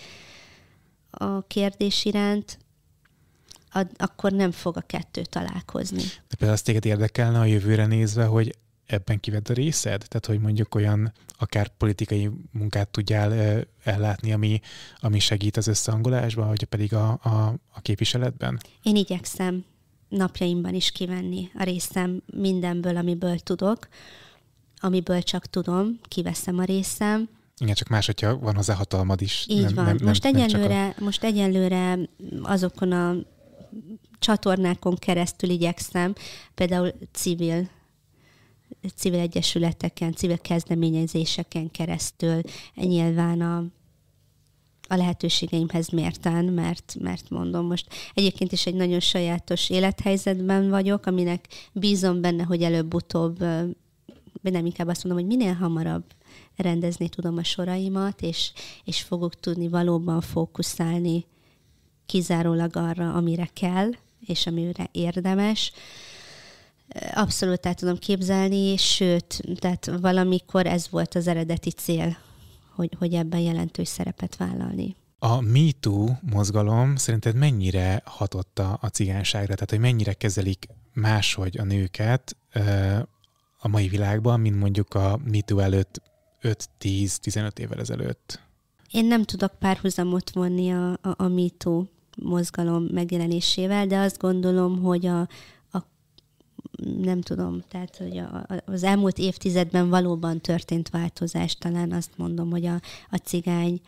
a kérdés iránt, ad, akkor nem fog a kettő találkozni. De például azt téged érdekelne a jövőre nézve, hogy ebben kivedd a részed? Tehát, hogy mondjuk olyan akár politikai munkát tudjál ellátni, ami, ami segít az összehangolásban, vagy pedig a, a, a képviseletben? Én igyekszem napjaimban is kivenni a részem mindenből, amiből tudok, amiből csak tudom, kiveszem a részem. Igen, csak más, hogyha van hozzá hatalmad is. Így nem, van. Nem, most, nem, egyenlőre, nem a... most egyenlőre azokon a csatornákon keresztül igyekszem, például civil, civil egyesületeken, civil kezdeményezéseken keresztül, nyilván a a lehetőségeimhez mérten, mert, mert mondom, most egyébként is egy nagyon sajátos élethelyzetben vagyok, aminek bízom benne, hogy előbb-utóbb, nem inkább azt mondom, hogy minél hamarabb rendezni tudom a soraimat, és, és fogok tudni valóban fókuszálni kizárólag arra, amire kell, és amire érdemes. Abszolút el tudom képzelni, sőt, tehát valamikor ez volt az eredeti cél, Hogy, hogy ebben jelentős szerepet vállalni. A MeToo mozgalom szerinted mennyire hatott a, a cigányságra? Tehát, hogy mennyire kezelik máshogy a nőket a mai világban, mint mondjuk a MeToo előtt öt-tíz-tizenöt évvel ezelőtt? Én nem tudok párhuzamot vonni a, a, a MeToo mozgalom megjelenésével, de azt gondolom, hogy a, a nem tudom, tehát hogy a, az elmúlt évtizedben valóban történt változás, talán azt mondom, hogy a, a cigány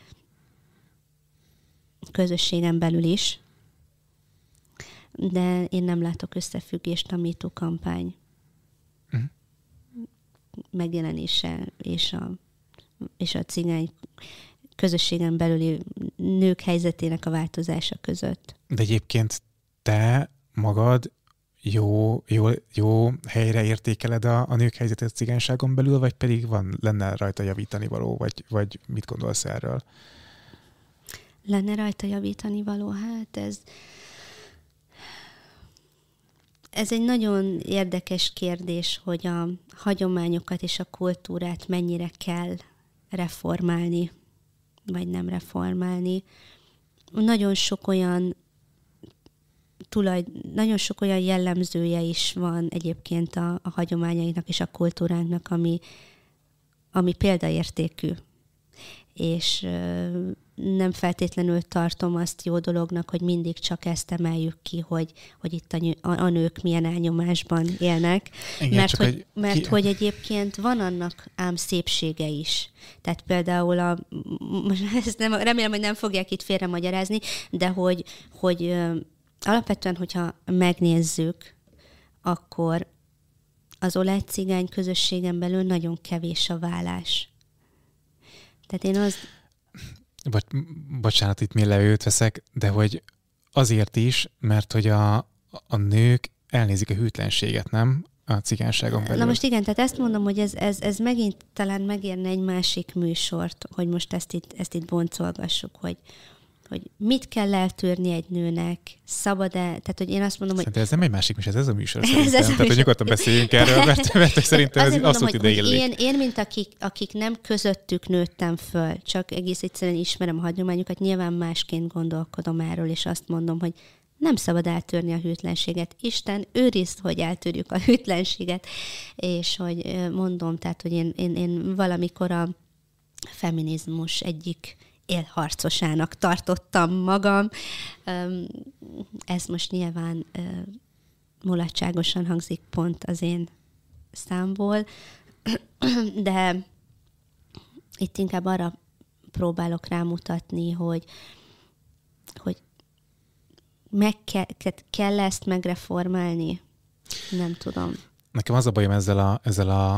közösségen belül is, de én nem látok összefüggést a MeToo kampány uh-huh. megjelenése és a, és a cigány közösségen belüli nők helyzetének a változása között. De egyébként te magad jó, jó, jó helyre értékeled a, a nők helyzetét a cigányságon belül, vagy pedig van, lenne rajta javítani való, vagy, vagy mit gondolsz erről? Lenne rajta javítani való? Hát ez... Ez egy nagyon érdekes kérdés, hogy a hagyományokat és a kultúrát mennyire kell reformálni, vagy nem reformálni. Nagyon sok olyan tulaj, nagyon sok olyan jellemzője is van egyébként a, a hagyományainak és a kultúránknak, ami, ami példaértékű. És nem feltétlenül tartom azt jó dolognak, hogy mindig csak ezt emeljük ki, hogy, hogy itt a, ny- a nők milyen elnyomásban élnek. Igen, mert hogy, egy... mert ki... hogy egyébként van annak ám szépsége is. Tehát például, a, ezt nem, remélem, hogy nem fogják itt félremagyarázni, de hogy, hogy alapvetően, hogyha megnézzük, akkor az olajcigány közösségen belül nagyon kevés a vállás. Tehát én az... Bocs, bocsánat, itt még levőt veszek, de hogy azért is, mert hogy a, a nők elnézik a hűtlenséget, nem? A cigányságon belül. Na most igen, tehát ezt mondom, hogy ez, ez, ez megint talán megérne egy másik műsort, hogy most ezt itt, ezt itt boncolgassuk, hogy, hogy mit kell eltűrni egy nőnek, szabad-e, tehát hogy én azt mondom, hogy... Szerintem ez nem egy másik műsor, ez a műsor szerintem. Ez ez tehát, hogy nyugodtan beszéljünk erről, mert, mert szerintem ez abszolút ide illik. Én, én, mint akik, akik nem közöttük nőttem föl, csak egész egyszerűen ismerem a hagyományokat, nyilván másként gondolkodom erről, és azt mondom, hogy nem szabad eltörni a hűtlenséget. Isten őrizd, hogy eltörjük a hűtlenséget, és hogy mondom, tehát, hogy én, én, én valamikor a feminizmus egyik élharcosának tartottam magam. Ez most nyilván mulatságosan hangzik pont az én számból, de itt inkább arra próbálok rámutatni, hogy, hogy meg kell, kell ezt megreformálni? Nem tudom. Nekem az a bajom ezzel a, ezzel a,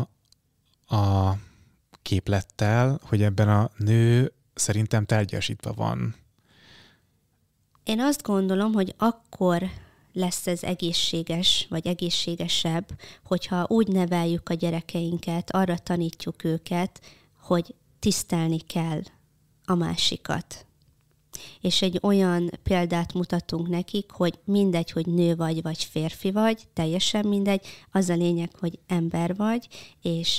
a képlettel, hogy ebben a nő szerintem tárgyasítva van. Én azt gondolom, hogy akkor lesz ez egészséges, vagy egészségesebb, hogyha úgy neveljük a gyerekeinket, arra tanítjuk őket, hogy tisztelni kell a másikat. És egy olyan példát mutatunk nekik, hogy mindegy, hogy nő vagy, vagy férfi vagy, teljesen mindegy, az a lényeg, hogy ember vagy, és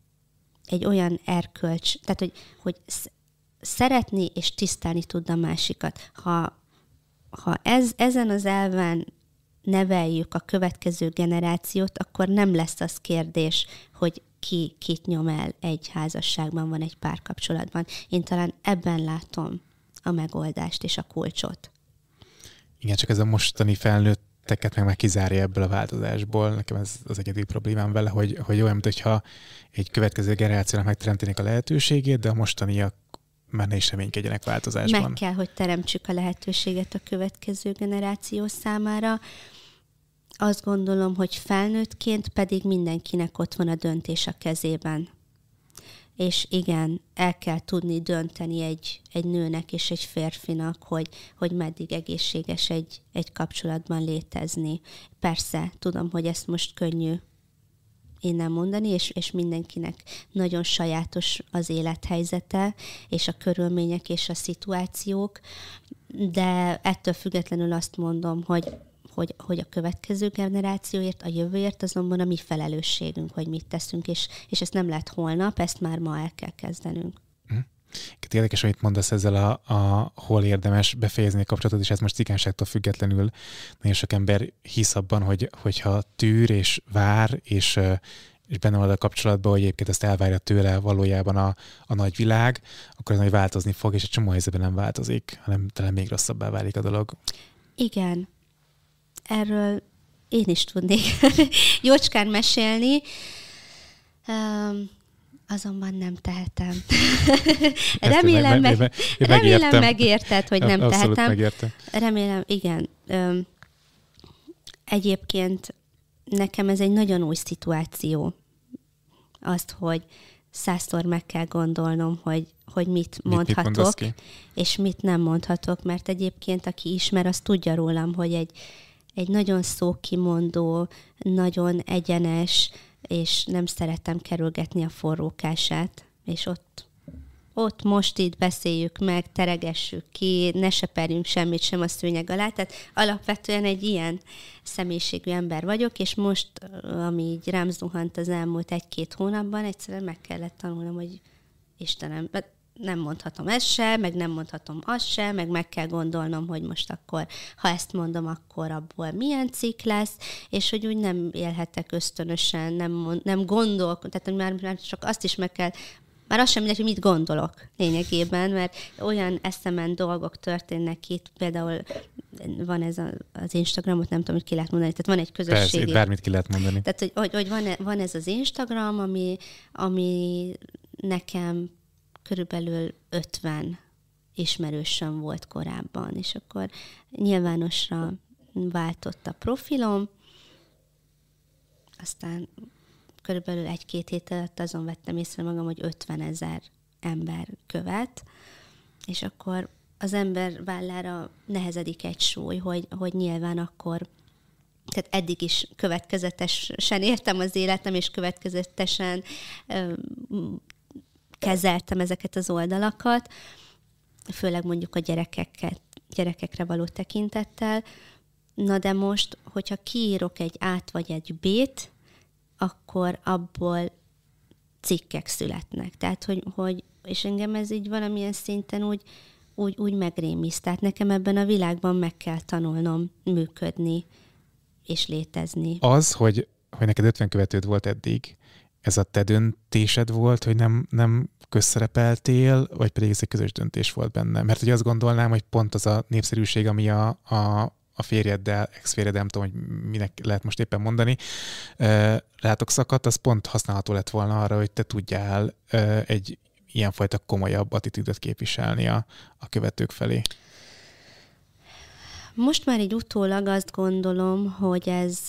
egy olyan erkölcs, tehát, hogy, hogy szeretni és tisztelni tud a másikat. Ha, ha ez, ezen az elven neveljük a következő generációt, akkor nem lesz az kérdés, hogy ki kit nyom el egy házasságban, van egy párkapcsolatban. Én talán ebben látom a megoldást és a kulcsot. Igen, csak ez a mostani felnőtteket meg már kizárja ebből a változásból. Nekem ez az egyedül problémám vele, hogy, hogy olyan, mintha egy következő generációnak megteremtenék a lehetőségét, de a mostaniak már ne is reménykedjenek változásban. Meg kell, hogy teremtsük a lehetőséget a következő generáció számára. Azt gondolom, hogy felnőttként pedig mindenkinek ott van a döntés a kezében. És igen, el kell tudni dönteni egy, egy nőnek és egy férfinak, hogy, hogy meddig egészséges egy, egy kapcsolatban létezni. Persze, tudom, hogy ezt most könnyű innen mondani, és, és mindenkinek nagyon sajátos az élethelyzete, és a körülmények és a szituációk, de ettől függetlenül azt mondom, hogy Hogy, hogy a következő generációért, a jövőért azonban a mi felelősségünk, hogy mit teszünk, és, és ezt nem lehet holnap, ezt már ma el kell kezdenünk. Mm. Érdekes, amit mondasz ezzel a, a hol érdemes befejezni a kapcsolatot, és ez most cigányságtól függetlenül nagyon sok ember hisz abban, hogy, hogyha tűr és vár, és, és benne van a kapcsolatban, hogy egyébként ezt elvárja tőle valójában a, a nagy világ, akkor ez majd változni fog, és egy csomó helyzetben nem változik, hanem talán még rosszabbá válik a dolog. Igen. Erről én is tudnék jócskán mesélni, um, azonban nem tehetem. remélem, meg, meg, meg, remélem megérted, hogy nem Abszolút tehetem. Megértem. Remélem, igen. Um, egyébként nekem ez egy nagyon új szituáció. Azt, hogy százszor meg kell gondolnom, hogy, hogy mit, mit mondhatok, mit és mit nem mondhatok, mert egyébként aki ismer, az tudja rólam, hogy egy egy nagyon szókimondó, nagyon egyenes, és nem szeretem kerülgetni a forrókását, és ott, ott most itt beszéljük meg, teregessük ki, ne seperjünk semmit sem a szőnyeg alá, tehát alapvetően egy ilyen személyiségű ember vagyok, és most, ami így rám zuhant az elmúlt egy-két hónapban, egyszerűen meg kellett tanulnom, hogy Istenem, nem mondhatom ezt se, meg nem mondhatom azt se, meg meg kell gondolnom, hogy most akkor, ha ezt mondom, akkor abból milyen cikk lesz, és hogy úgy nem élhetek ösztönösen, nem, nem gondolok, tehát már, már csak azt is meg kell, már az sem mindegy, hogy mit gondolok lényegében, mert olyan eszemen dolgok történnek itt, például van ez a, az Instagramot, nem tudom, hogy ki lehet mondani, tehát van egy közösségi... Persze, bármit ki lehet mondani. Tehát, hogy, hogy, hogy van, van ez az Instagram, ami, ami nekem körülbelül ötven ismerősöm volt korábban, és akkor nyilvánosra váltott a profilom, aztán körülbelül egy-két hét alatt azon vettem észre magam, hogy ötvenezer ember követ, és akkor az ember vállára nehezedik egy súly, hogy, hogy nyilván akkor, tehát eddig is következetesen értem az életem, és következetesen ö, kezeltem ezeket az oldalakat, főleg mondjuk a gyerekeket, gyerekekre való tekintettel. Na de most, hogyha kiírok egy át vagy egy bét, akkor abból cikkek születnek. Tehát, hogy, hogy és engem ez így valamilyen szinten úgy, úgy, úgy megrémiszt. Tehát nekem ebben a világban meg kell tanulnom működni és létezni. Az, hogy, hogy neked ötven követőd volt eddig, ez a te döntésed volt, hogy nem, nem közszerepeltél, vagy pedig ez egy közös döntés volt benne? Mert ugye azt gondolnám, hogy pont az a népszerűség, ami a, a, a férjeddel, ex-férjeddel, nem tudom, hogy minek lehet most éppen mondani, rátok szakadt, az pont használható lett volna arra, hogy te tudjál egy ilyenfajta komolyabb attitűdöt képviselni a, a követők felé. Most már így utólag azt gondolom, hogy ez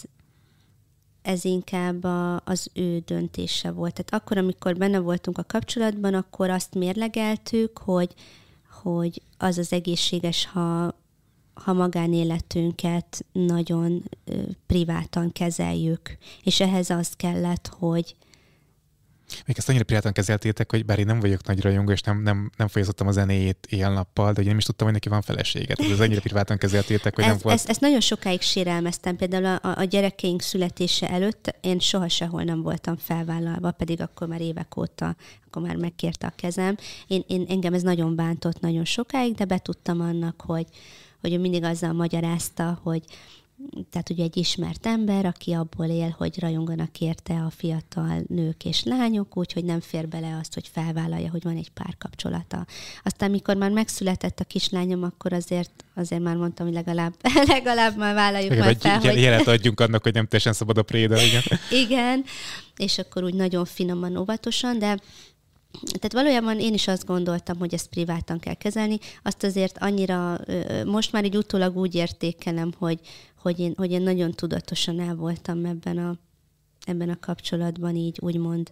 ez inkább a, az ő döntése volt. Tehát akkor, amikor benne voltunk a kapcsolatban, akkor azt mérlegeltük, hogy, hogy az az egészséges, ha, ha magánéletünket nagyon ö, privátan kezeljük. És ehhez az kellett, hogy még ezt annyira privátan kezeltétek, hogy bár én nem vagyok nagy rajongó, és nem, nem, nem folyosítottam a zenéjét éjjel-nappal, de ugye nem is tudtam, hogy neki van felesége. Tehát ez annyira privátan kezeltétek, hogy ez, nem volt... Ezt, ezt nagyon sokáig sérelmeztem. Például a, a gyerekeink születése előtt én soha sehol nem voltam felvállalva, pedig akkor már évek óta, akkor már megkérte a kezem. Én, én, engem ez nagyon bántott nagyon sokáig, de betudtam annak, hogy, hogy ő mindig azzal magyarázta, hogy tehát ugye egy ismert ember, aki abból él, hogy rajonganak érte a fiatal nők és lányok, úgyhogy nem fér bele azt, hogy felvállalja, hogy van egy párkapcsolata. Aztán, mikor már megszületett a kislányom, akkor azért, azért már mondtam, hogy legalább, legalább már vállaljuk igen, majd fel, hogy... Jelet adjunk annak, hogy nem teljesen szabad a préda, igen. Igen, és akkor úgy nagyon finoman, óvatosan, de tehát valójában én is azt gondoltam, hogy ezt privátan kell kezelni. Azt azért annyira, most már így utólag úgy értékelem, hogy, hogy, én, hogy én nagyon tudatosan el voltam ebben a, ebben a kapcsolatban így úgymond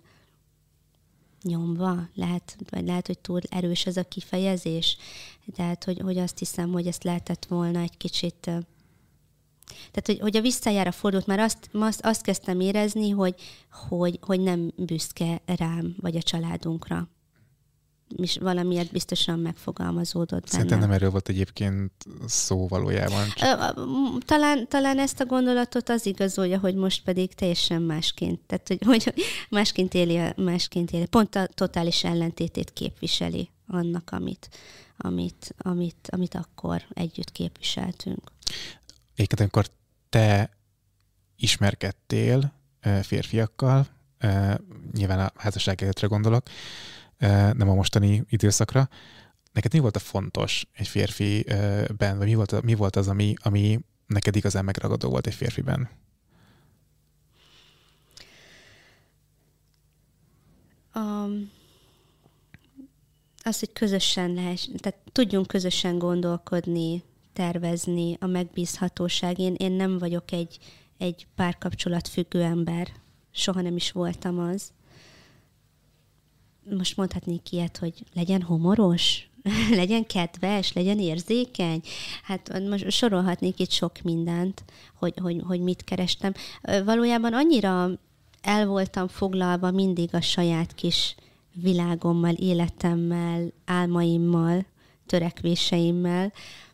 nyomva. Lehet, vagy lehet, hogy túl erős ez a kifejezés. Tehát, hogy, hogy azt hiszem, hogy ezt lehetett volna egy kicsit... Tehát, hogy, hogy a visszajára fordult, már azt, azt, azt kezdtem érezni, hogy, hogy, hogy nem büszke rám, vagy a családunkra. És valamiért biztosan megfogalmazódott bennem. Szerintem nem erről volt egyébként szó valójában. Csak... Talán, talán ezt a gondolatot az igazolja, hogy most pedig teljesen másként. Tehát, hogy, hogy másként éli, másként éli. Pont a totális ellentétét képviseli annak, amit, amit, amit, amit akkor együtt képviseltünk. Egyébként, amikor te ismerkedtél férfiakkal, nyilván a házasság előttre gondolok, nem a mostani időszakra, neked mi volt a fontos egy férfiben, vagy mi volt, mi volt az, ami, ami neked igazán megragadó volt egy férfiben? Um, az, hogy közösen lehessen, tehát tudjunk közösen gondolkodni, tervezni, a megbízhatóság. Én, én nem vagyok egy, egy párkapcsolat függő ember. Soha nem is voltam az. Most mondhatnék ilyet, hogy legyen humoros, legyen kedves, legyen érzékeny. Hát most sorolhatnék itt sok mindent, hogy, hogy, hogy mit kerestem. Valójában annyira el voltam foglalva mindig a saját kis világommal, életemmel, álmaimmal, törekvéseimmel,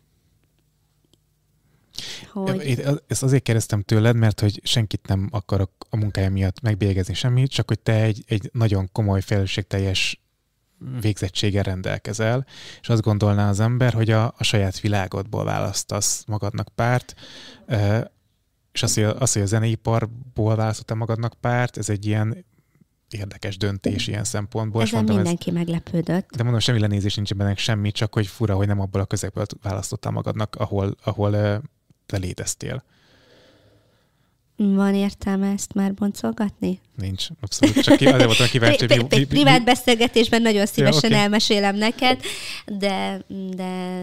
hogy... Én ezt azért kérdeztem tőled, mert hogy senkit nem akarok a munkája miatt megbélyegezni semmit, csak hogy te egy, egy nagyon komoly, felelősségteljes végzettséggel rendelkezel, és azt gondolná az ember, hogy a, a saját világodból választasz magadnak párt, és az, hogy a, az, hogy a zeneiparból választottál magadnak párt, ez egy ilyen érdekes döntés ilyen szempontból. Ezen mondom, mindenki ez, meglepődött. De mondom, semmi lenézés nincs benne semmi, csak hogy fura, hogy nem abból a közegből választottál magadnak, ahol, ahol te léteztél. Van értelme ezt már boncolgatni? Nincs, abszolút. Csak ki, azért voltam kíváncsi. Egy mi, mi, privát mi? beszélgetésben nagyon szívesen ja, okay. elmesélem neked, de, de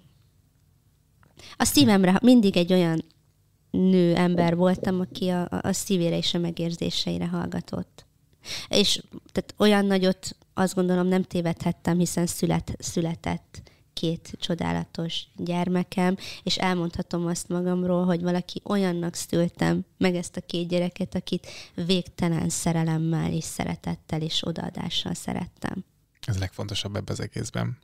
a szívemre mindig egy olyan nő ember voltam, aki a, a szívére és a megérzéseire hallgatott. És tehát olyan nagyot azt gondolom nem tévedhettem, hiszen szület, született két csodálatos gyermekem, és elmondhatom azt magamról, hogy valaki olyannak szültem meg ezt a két gyereket, akit végtelen szerelemmel és szeretettel és odaadással szerettem. Ez a legfontosabb ebben az egészben.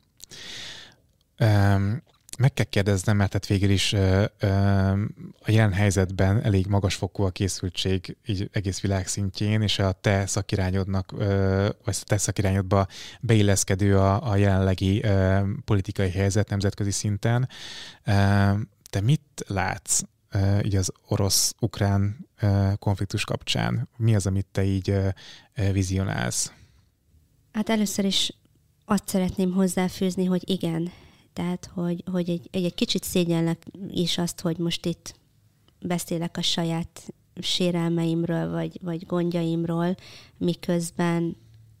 Um, meg kell kérdeznem, mert hát végül is uh, uh, a jelen helyzetben elég magas fokú a készültség így egész világ szintjén, és a te szakirányodnak, uh, vagy a te szakirányodba beilleszkedő a, a jelenlegi uh, politikai helyzet nemzetközi szinten. Uh, te mit látsz uh, így az orosz-ukrán uh, konfliktus kapcsán? Mi az, amit te így uh, vizionálsz? Hát először is azt szeretném hozzáfűzni, hogy igen, tehát, hogy, hogy egy, egy, egy kicsit szégyellek is azt, hogy most itt beszélek a saját sérelmeimről, vagy, vagy gondjaimról, miközben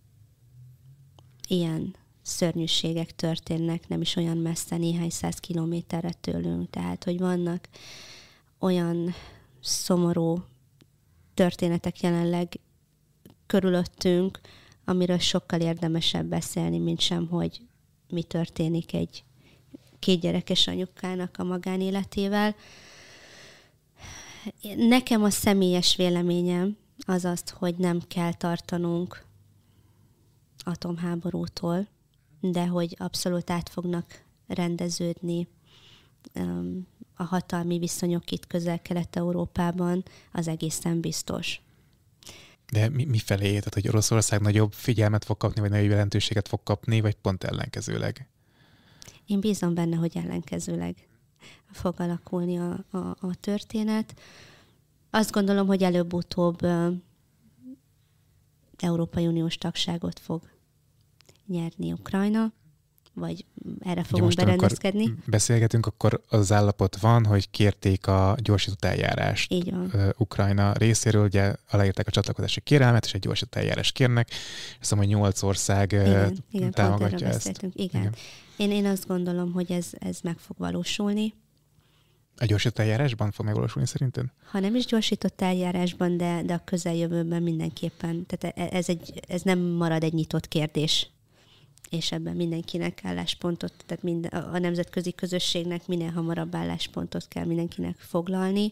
ilyen szörnyűségek történnek, nem is olyan messze, néhány száz kilométerre tőlünk. Tehát, hogy vannak olyan szomorú történetek jelenleg körülöttünk, amiről sokkal érdemesebb beszélni, mint sem, hogy mi történik egy két gyerekes anyukának a magánéletével. Nekem a személyes véleményem az azt, hogy nem kell tartanunk atomháborútól, de hogy abszolút át fognak rendeződni um, a hatalmi viszonyok itt Közel-Kelet-Európában, az egészen biztos. De mi, mi felé? Tehát, hogy Oroszország nagyobb figyelmet fog kapni, vagy nagyobb jelentőséget fog kapni, vagy pont ellenkezőleg? Én bízom benne, hogy ellenkezőleg fog alakulni a, a, a történet. Azt gondolom, hogy előbb-utóbb uh, Európai Uniós tagságot fog nyerni Ukrajna, vagy erre fogunk most, berendezkedni. Beszélgetünk, akkor az állapot van, hogy kérték a gyorsított eljárást uh, Ukrajna részéről, ugye aláírták a csatlakozási kérelmet, és egy gyorsított eljárást kérnek. Azt mondom, hogy nyolc ország igen, igen, támogatja ezt. Igen. igen. Én, én azt gondolom, hogy ez, ez meg fog valósulni. A gyorsított eljárásban fog megvalósulni szerinted? Ha nem is gyorsított eljárásban, de, de a közeljövőben mindenképpen. Tehát ez, egy, ez nem marad egy nyitott kérdés. És ebben mindenkinek álláspontot, tehát minden, a nemzetközi közösségnek minél hamarabb álláspontot kell mindenkinek foglalni.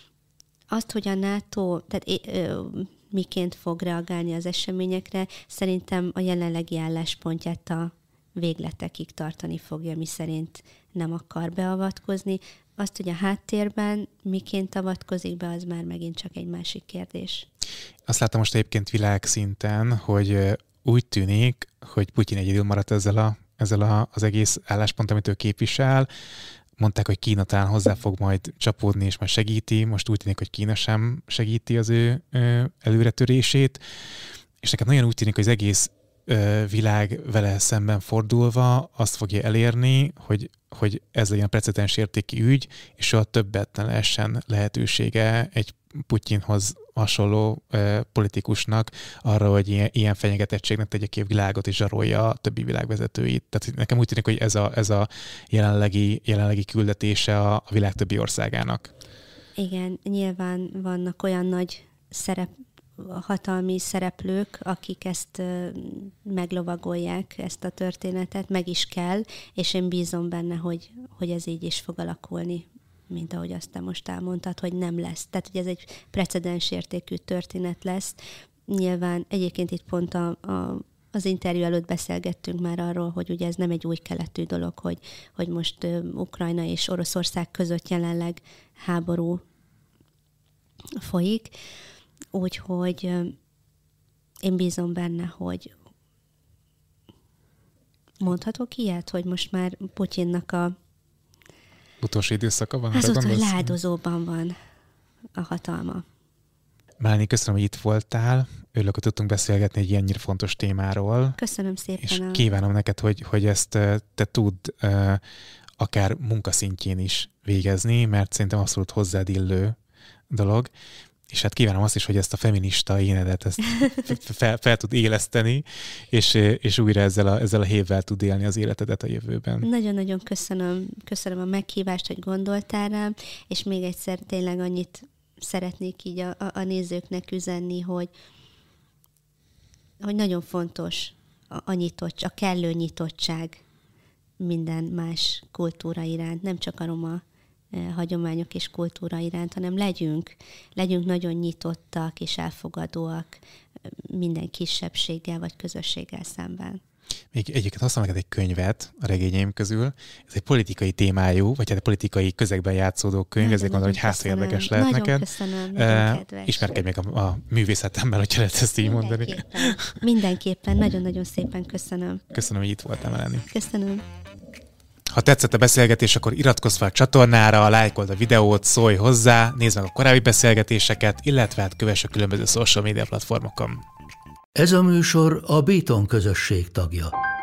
Azt, hogy a NATO tehát, ö, miként fog reagálni az eseményekre, szerintem a jelenlegi álláspontját a végletekig tartani fogja, mi szerint nem akar beavatkozni. Azt, hogy a háttérben miként avatkozik be, az már megint csak egy másik kérdés. Azt láttam most egyébként világszinten, hogy úgy tűnik, hogy Putyin egyedül maradt ezzel, a, ezzel a, az egész álláspont, amit ő képvisel. Mondták, hogy Kína talán hozzá fog majd csapódni, és majd segíti. Most úgy tűnik, hogy Kína sem segíti az ő, ő előretörését. És nekem nagyon úgy tűnik, hogy az egész ö, világ vele szemben fordulva azt fogja elérni, hogy, hogy ez legyen a precedens értéki ügy, és soha többet ne lehessen lehetősége egy Putyinhoz hasonló uh, politikusnak arra, hogy ilyen, ilyen fenyegetettségnek tegye ki a világot és zsarolja a többi világvezetőit. Tehát nekem úgy tűnik, hogy ez a, ez a jelenlegi, jelenlegi küldetése a, a világ többi országának. Igen, nyilván vannak olyan nagy szerep, hatalmi szereplők, akik ezt uh, meglovagolják, ezt a történetet, meg is kell, és én bízom benne, hogy, hogy ez így is fog alakulni, mint ahogy azt te most elmondtad, hogy nem lesz. Tehát, hogy ez egy precedens értékű történet lesz. Nyilván egyébként itt pont a, a, az interjú előtt beszélgettünk már arról, hogy ugye ez nem egy új keletű dolog, hogy, hogy most uh, Ukrajna és Oroszország között jelenleg háború folyik. Úgyhogy uh, én bízom benne, hogy Mondhatok ilyet, hogy most már Putyinnak a utolsó időszaka van? Az utolsó ládozóban van a hatalma. Melanie, köszönöm, hogy itt voltál. Örülök, hogy tudtunk beszélgetni egy ilyennyire fontos témáról. Köszönöm szépen. És a... kívánom neked, hogy, hogy ezt te tudd uh, akár munkaszintjén is végezni, mert szerintem abszolút hozzád illő dolog. És hát kívánom azt is, hogy ezt a feminista énedet ezt fel, fel tud éleszteni, és, és újra ezzel a, ezzel a hévvel tud élni az életedet a jövőben. Nagyon-nagyon köszönöm, köszönöm a meghívást, hogy gondoltál rám, és még egyszer tényleg annyit szeretnék így a, a, a nézőknek üzenni, hogy, hogy nagyon fontos a, a nyitottság, a kellő nyitottság minden más kultúra iránt, nem csak a roma hagyományok és kultúra iránt, hanem legyünk, legyünk nagyon nyitottak és elfogadóak minden kisebbséggel vagy közösséggel szemben. Még egyébként használom neked egy könyvet a regényeim közül. Ez egy politikai témájú, vagy hát egy politikai közegben játszódó könyv, nagyon ezért gondolom, hogy ház érdekes lehet nagyon neked. Köszönöm, nagyon kedves. Ismerkedj meg a, a művészetemmel, hogyha lehet ezt így mondani. Mindenképpen, mindenképpen. Nagyon-nagyon szépen köszönöm. Köszönöm, hogy itt voltál, Melanie. Köszönöm. Ha tetszett a beszélgetés, akkor iratkozz fel a csatornára, lájkold a videót, szólj hozzá, nézd meg a korábbi beszélgetéseket, illetve hát kövess a különböző social media platformokon. Ez a műsor a Béton közösség tagja.